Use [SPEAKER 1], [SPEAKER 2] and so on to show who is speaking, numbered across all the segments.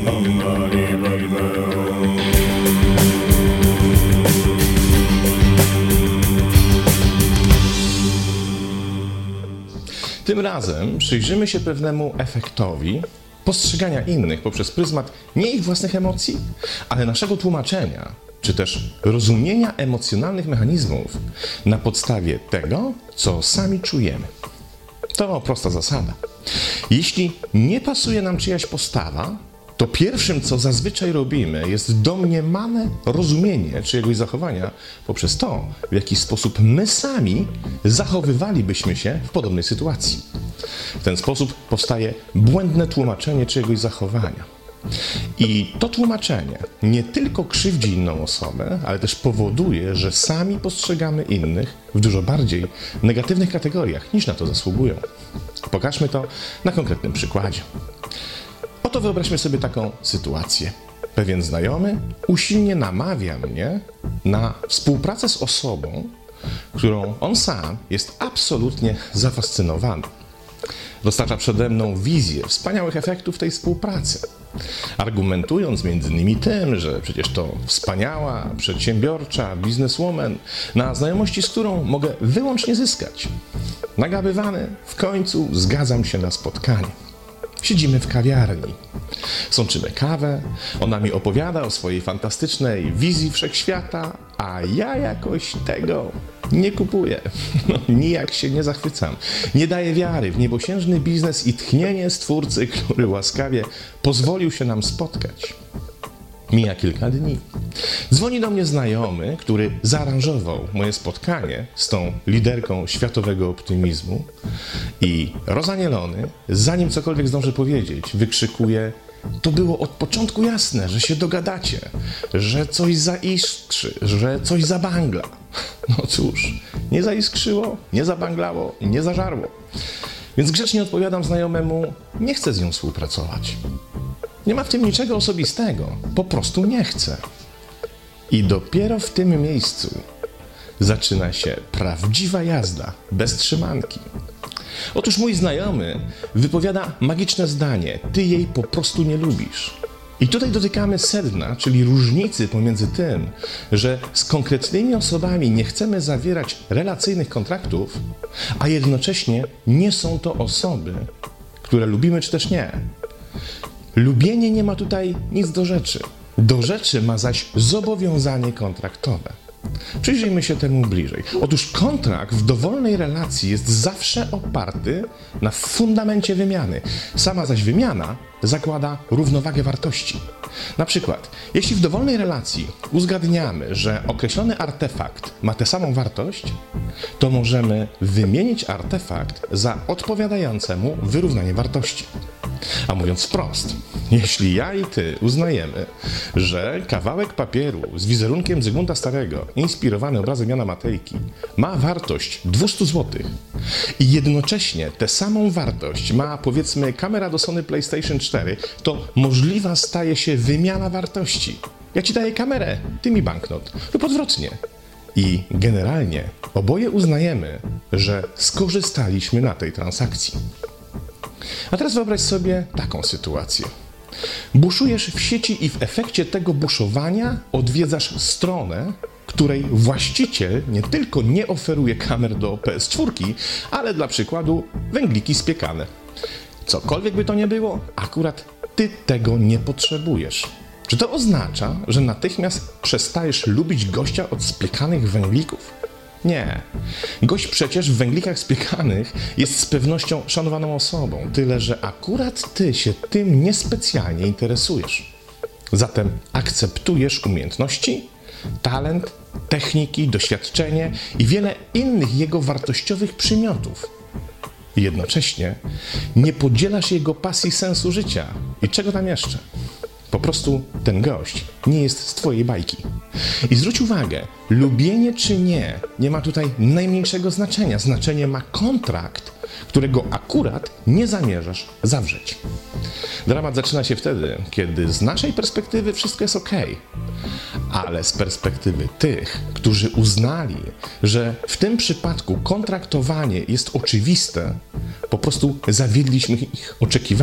[SPEAKER 1] Tym razem przyjrzymy się pewnemu efektowi postrzegania innych poprzez pryzmat nie ich własnych emocji, ale naszego tłumaczenia, czy też rozumienia emocjonalnych mechanizmów na podstawie tego, co sami czujemy. To prosta zasada. Jeśli nie pasuje nam czyjaś postawa, to pierwszym, co zazwyczaj robimy, jest domniemane rozumienie czyjegoś zachowania poprzez to, w jaki sposób my sami zachowywalibyśmy się w podobnej sytuacji. W ten sposób powstaje błędne tłumaczenie czyjegoś zachowania. I to tłumaczenie nie tylko krzywdzi inną osobę, ale też powoduje, że sami postrzegamy innych w dużo bardziej negatywnych kategoriach, niż na to zasługują. Pokażmy to na konkretnym przykładzie. Oto wyobraźmy sobie taką sytuację. Pewien znajomy usilnie namawia mnie na współpracę z osobą, którą on sam jest absolutnie zafascynowany. Dostarcza przede mną wizję wspaniałych efektów tej współpracy, argumentując m.in. tym, że przecież to wspaniała, przedsiębiorcza bizneswoman, na znajomości z którą mogę wyłącznie zyskać. Nagabywany, w końcu zgadzam się na spotkanie. Siedzimy w kawiarni, sączymy kawę, ona mi opowiada o swojej fantastycznej wizji wszechświata, a ja jakoś tego nie kupuję. Nijak się nie zachwycam. Nie daję wiary w niebosiężny biznes i tchnienie Stwórcy, który łaskawie pozwolił się nam spotkać. Mija kilka dni. Dzwoni do mnie znajomy, który zaaranżował moje spotkanie z tą liderką światowego optymizmu i rozanielony, zanim cokolwiek zdąży powiedzieć, wykrzykuje: to było od początku jasne, że się dogadacie, że coś zaiskrzy, że coś zabangla. No cóż, nie zaiskrzyło, nie zabanglało, nie zażarło. Więc grzecznie odpowiadam znajomemu: nie chcę z nią współpracować. Nie ma w tym niczego osobistego, po prostu nie chcę. I dopiero w tym miejscu zaczyna się prawdziwa jazda, bez trzymanki. Otóż mój znajomy wypowiada magiczne zdanie: ty jej po prostu nie lubisz. I tutaj dotykamy sedna, czyli różnicy pomiędzy tym, że z konkretnymi osobami nie chcemy zawierać relacyjnych kontraktów, a jednocześnie nie są to osoby, które lubimy czy też nie. Lubienie nie ma tutaj nic do rzeczy. Do rzeczy ma zaś zobowiązanie kontraktowe. Przyjrzyjmy się temu bliżej. Otóż kontrakt w dowolnej relacji jest zawsze oparty na fundamencie wymiany. Sama zaś wymiana zakłada równowagę wartości. Na przykład, jeśli w dowolnej relacji uzgadniamy, że określony artefakt ma tę samą wartość, to możemy wymienić artefakt za odpowiadające mu wyrównanie wartości. A mówiąc wprost, jeśli ja i ty uznajemy, że kawałek papieru z wizerunkiem Zygmunta Starego, inspirowany obrazem Jana Matejki, ma wartość 200 zł i jednocześnie tę samą wartość ma, powiedzmy, kamera do Sony PlayStation 4, to możliwa staje się wymiana wartości. Ja ci daję kamerę, ty mi banknot, lub odwrotnie. I generalnie oboje uznajemy, że skorzystaliśmy na tej transakcji. A teraz wyobraź sobie taką sytuację. Buszujesz w sieci i w efekcie tego buszowania odwiedzasz stronę, której właściciel nie tylko nie oferuje kamer do PS4, ale dla przykładu węgliki spiekane. Cokolwiek by to nie było, akurat ty tego nie potrzebujesz. Czy to oznacza, że natychmiast przestajesz lubić gościa od spiekanych węglików? Nie. Gość przecież w węglikach spiekanych jest z pewnością szanowaną osobą, tyle że akurat ty się tym niespecjalnie interesujesz. Zatem akceptujesz umiejętności, talent, techniki, doświadczenie i wiele innych jego wartościowych przymiotów. Jednocześnie nie podzielasz jego pasji sensu życia i czego tam jeszcze. Po prostu ten gość nie jest z twojej bajki. I zwróć uwagę, lubienie czy nie ma tutaj najmniejszego znaczenia. Znaczenie ma kontrakt, którego akurat nie zamierzasz zawrzeć. Dramat zaczyna się wtedy, kiedy z naszej perspektywy wszystko jest okej. Ale z perspektywy tych, którzy uznali, że w tym przypadku kontraktowanie jest oczywiste, po prostu zawiedliśmy ich oczekiwania.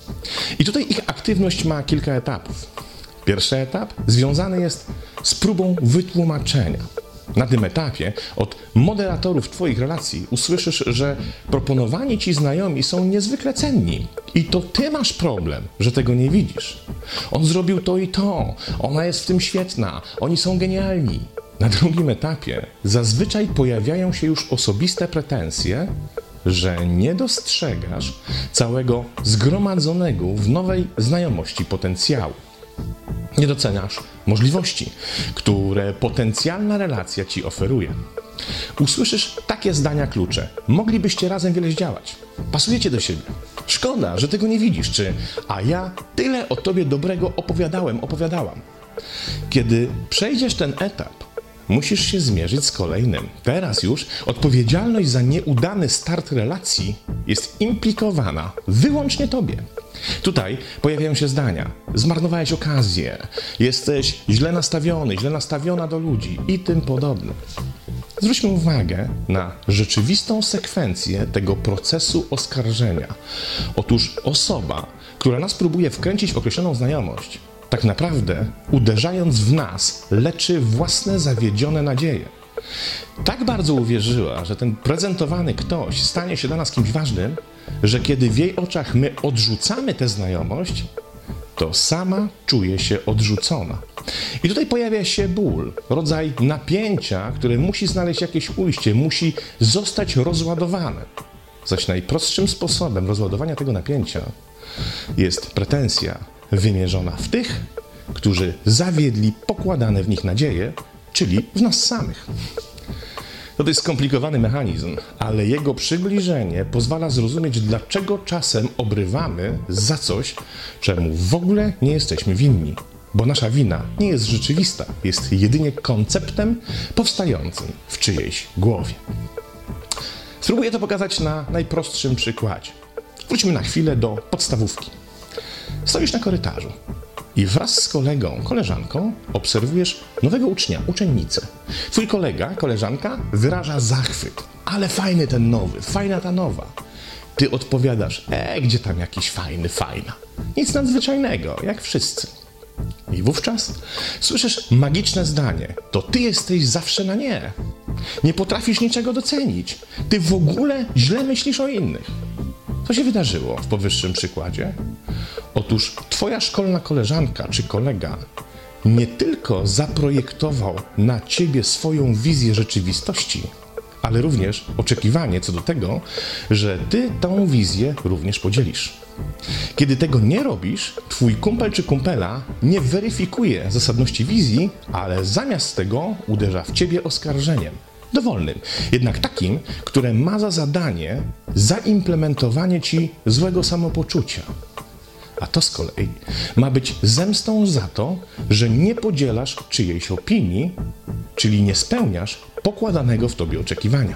[SPEAKER 1] I tutaj ich aktywność ma kilka etapów. Pierwszy etap związany jest z próbą wytłumaczenia. Na tym etapie od moderatorów Twoich relacji usłyszysz, że proponowani Ci znajomi są niezwykle cenni i to Ty masz problem, że tego nie widzisz. On zrobił to i to, ona jest w tym świetna, oni są genialni. Na drugim etapie zazwyczaj pojawiają się już osobiste pretensje, że nie dostrzegasz całego zgromadzonego w nowej znajomości potencjału. Nie doceniasz możliwości, które potencjalna relacja Ci oferuje. Usłyszysz takie zdania klucze. Moglibyście razem wiele zdziałać. Pasujecie do siebie. Szkoda, że tego nie widzisz. Czy a ja tyle o Tobie dobrego opowiadałam. Kiedy przejdziesz ten etap, musisz się zmierzyć z kolejnym. Teraz już odpowiedzialność za nieudany start relacji jest implikowana wyłącznie Tobie. Tutaj pojawiają się zdania: zmarnowałeś okazję, jesteś źle nastawiony, źle nastawiona do ludzi i tym podobne. Zwróćmy uwagę na rzeczywistą sekwencję tego procesu oskarżenia. Otóż osoba, która nas próbuje wkręcić w określoną znajomość, tak naprawdę, uderzając w nas, leczy własne zawiedzione nadzieje. Tak bardzo uwierzyła, że ten prezentowany ktoś stanie się dla nas kimś ważnym, że kiedy w jej oczach my odrzucamy tę znajomość, to sama czuje się odrzucona. I tutaj pojawia się ból, rodzaj napięcia, które musi znaleźć jakieś ujście, musi zostać rozładowane. Zaś najprostszym sposobem rozładowania tego napięcia jest pretensja wymierzona w tych, którzy zawiedli pokładane w nich nadzieje, czyli w nas samych. To jest skomplikowany mechanizm, ale jego przybliżenie pozwala zrozumieć, dlaczego czasem obrywamy za coś, czemu w ogóle nie jesteśmy winni. Bo nasza wina nie jest rzeczywista, jest jedynie konceptem powstającym w czyjejś głowie. Spróbuję to pokazać na najprostszym przykładzie. Wróćmy na chwilę do podstawówki. Stoisz na korytarzu i wraz z kolegą, koleżanką obserwujesz nowego ucznia, uczennicę. Twój kolega, koleżanka wyraża zachwyt. Ale fajny ten nowy, fajna ta nowa. Ty odpowiadasz: gdzie tam jakiś fajna. Nic nadzwyczajnego, jak wszyscy. I wówczas słyszysz magiczne zdanie: to ty jesteś zawsze na nie. Nie potrafisz niczego docenić. Ty w ogóle źle myślisz o innych. Co się wydarzyło w powyższym przykładzie? Otóż twoja szkolna koleżanka czy kolega nie tylko zaprojektował na ciebie swoją wizję rzeczywistości, ale również oczekiwanie co do tego, że ty tą wizję również podzielisz. Kiedy tego nie robisz, twój kumpel czy kumpela nie weryfikuje zasadności wizji, ale zamiast tego uderza w ciebie oskarżeniem. Dowolnym, jednak takim, które ma za zadanie zaimplementowanie ci złego samopoczucia. A to z kolei ma być zemstą za to, że nie podzielasz czyjejś opinii, czyli nie spełniasz pokładanego w tobie oczekiwania.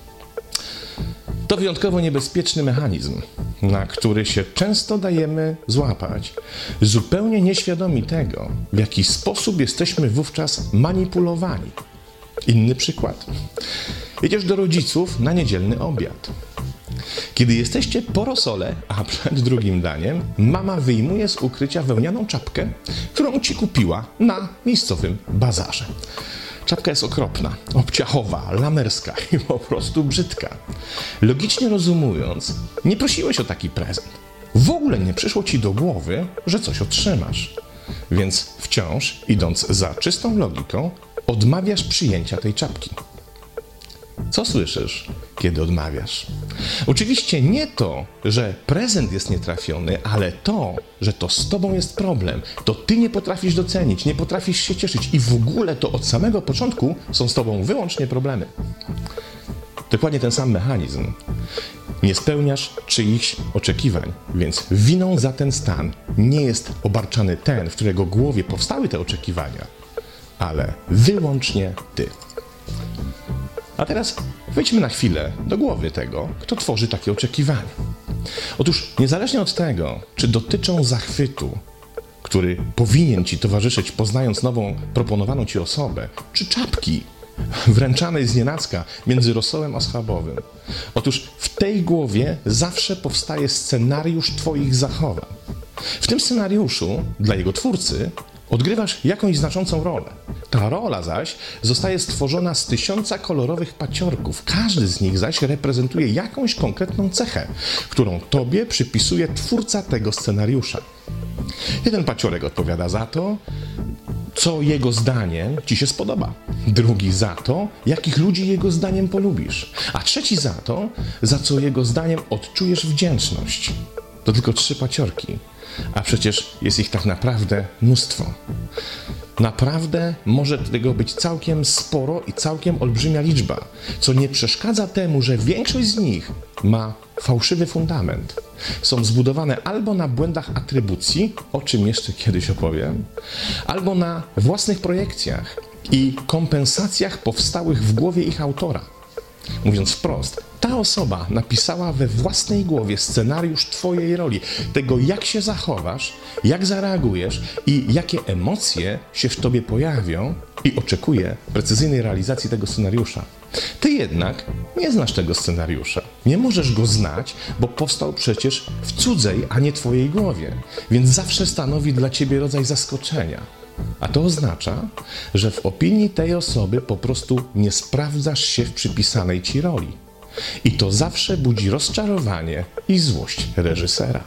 [SPEAKER 1] To wyjątkowo niebezpieczny mechanizm, na który się często dajemy złapać, zupełnie nieświadomi tego, w jaki sposób jesteśmy wówczas manipulowani. Inny przykład. Jedziesz do rodziców na niedzielny obiad. Kiedy jesteście po rosole, a przed drugim daniem, mama wyjmuje z ukrycia wełnianą czapkę, którą ci kupiła na miejscowym bazarze. Czapka jest okropna, obciachowa, lamerska i po prostu brzydka. Logicznie rozumując, nie prosiłeś o taki prezent. W ogóle nie przyszło ci do głowy, że coś otrzymasz. Więc wciąż, idąc za czystą logiką, odmawiasz przyjęcia tej czapki. Co słyszysz, kiedy odmawiasz? Oczywiście nie to, że prezent jest nietrafiony, ale to, że to z tobą jest problem. To ty nie potrafisz docenić, nie potrafisz się cieszyć i w ogóle to od samego początku są z tobą wyłącznie problemy. Dokładnie ten sam mechanizm. Nie spełniasz czyichś oczekiwań, więc winą za ten stan nie jest obarczany ten, w którego głowie powstały te oczekiwania, ale wyłącznie ty. A teraz wejdźmy na chwilę do głowy tego, kto tworzy takie oczekiwania. Otóż niezależnie od tego, czy dotyczą zachwytu, który powinien ci towarzyszyć poznając nową proponowaną ci osobę, czy czapki, wręczanej znienacka między rosołem a schabowym. Otóż w tej głowie zawsze powstaje scenariusz twoich zachowań. W tym scenariuszu dla jego twórcy odgrywasz jakąś znaczącą rolę. Ta rola zaś zostaje stworzona z 1000 kolorowych paciorków. Każdy z nich zaś reprezentuje jakąś konkretną cechę, którą tobie przypisuje twórca tego scenariusza. Jeden paciorek odpowiada za to, co jego zdaniem ci się spodoba. Drugi za to, jakich ludzi jego zdaniem polubisz. A trzeci za to, za co jego zdaniem odczujesz wdzięczność. To tylko 3 paciorki. A przecież jest ich tak naprawdę mnóstwo. Naprawdę może tego być całkiem sporo i całkiem olbrzymia liczba, co nie przeszkadza temu, że większość z nich ma fałszywy fundament. Są zbudowane albo na błędach atrybucji, o czym jeszcze kiedyś opowiem, albo na własnych projekcjach i kompensacjach powstałych w głowie ich autora. Mówiąc wprost, ta osoba napisała we własnej głowie scenariusz twojej roli, tego jak się zachowasz, jak zareagujesz i jakie emocje się w tobie pojawią i oczekuje precyzyjnej realizacji tego scenariusza. Ty jednak nie znasz tego scenariusza. Nie możesz go znać, bo powstał przecież w cudzej, a nie twojej głowie, więc zawsze stanowi dla ciebie rodzaj zaskoczenia. A to oznacza, że w opinii tej osoby po prostu nie sprawdzasz się w przypisanej ci roli. I to zawsze budzi rozczarowanie i złość reżysera.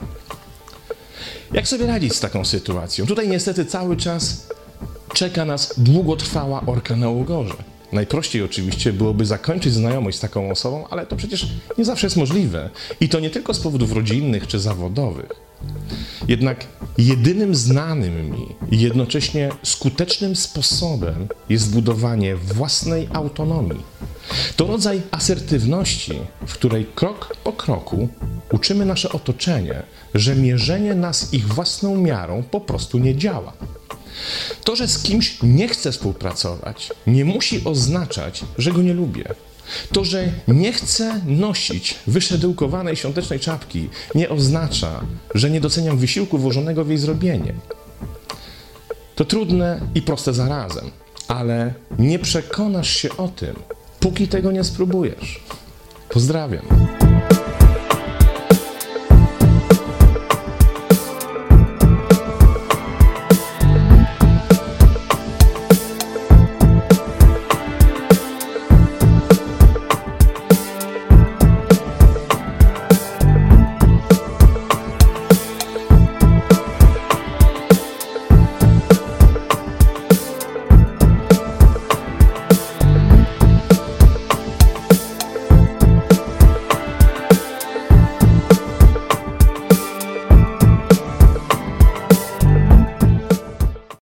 [SPEAKER 1] Jak sobie radzić z taką sytuacją? Tutaj niestety cały czas czeka nas długotrwała orka na ugorze. Najprościej oczywiście byłoby zakończyć znajomość z taką osobą, ale to przecież nie zawsze jest możliwe. I to nie tylko z powodów rodzinnych czy zawodowych. Jednak jedynym znanym mi i jednocześnie skutecznym sposobem jest budowanie własnej autonomii. To rodzaj asertywności, w której krok po kroku uczymy nasze otoczenie, że mierzenie nas ich własną miarą po prostu nie działa. To, że z kimś nie chcę współpracować, nie musi oznaczać, że go nie lubię. To, że nie chcę nosić wyszedełkowanej świątecznej czapki, nie oznacza, że nie doceniam wysiłku włożonego w jej zrobienie. To trudne i proste zarazem, ale nie przekonasz się o tym, póki tego nie spróbujesz. Pozdrawiam.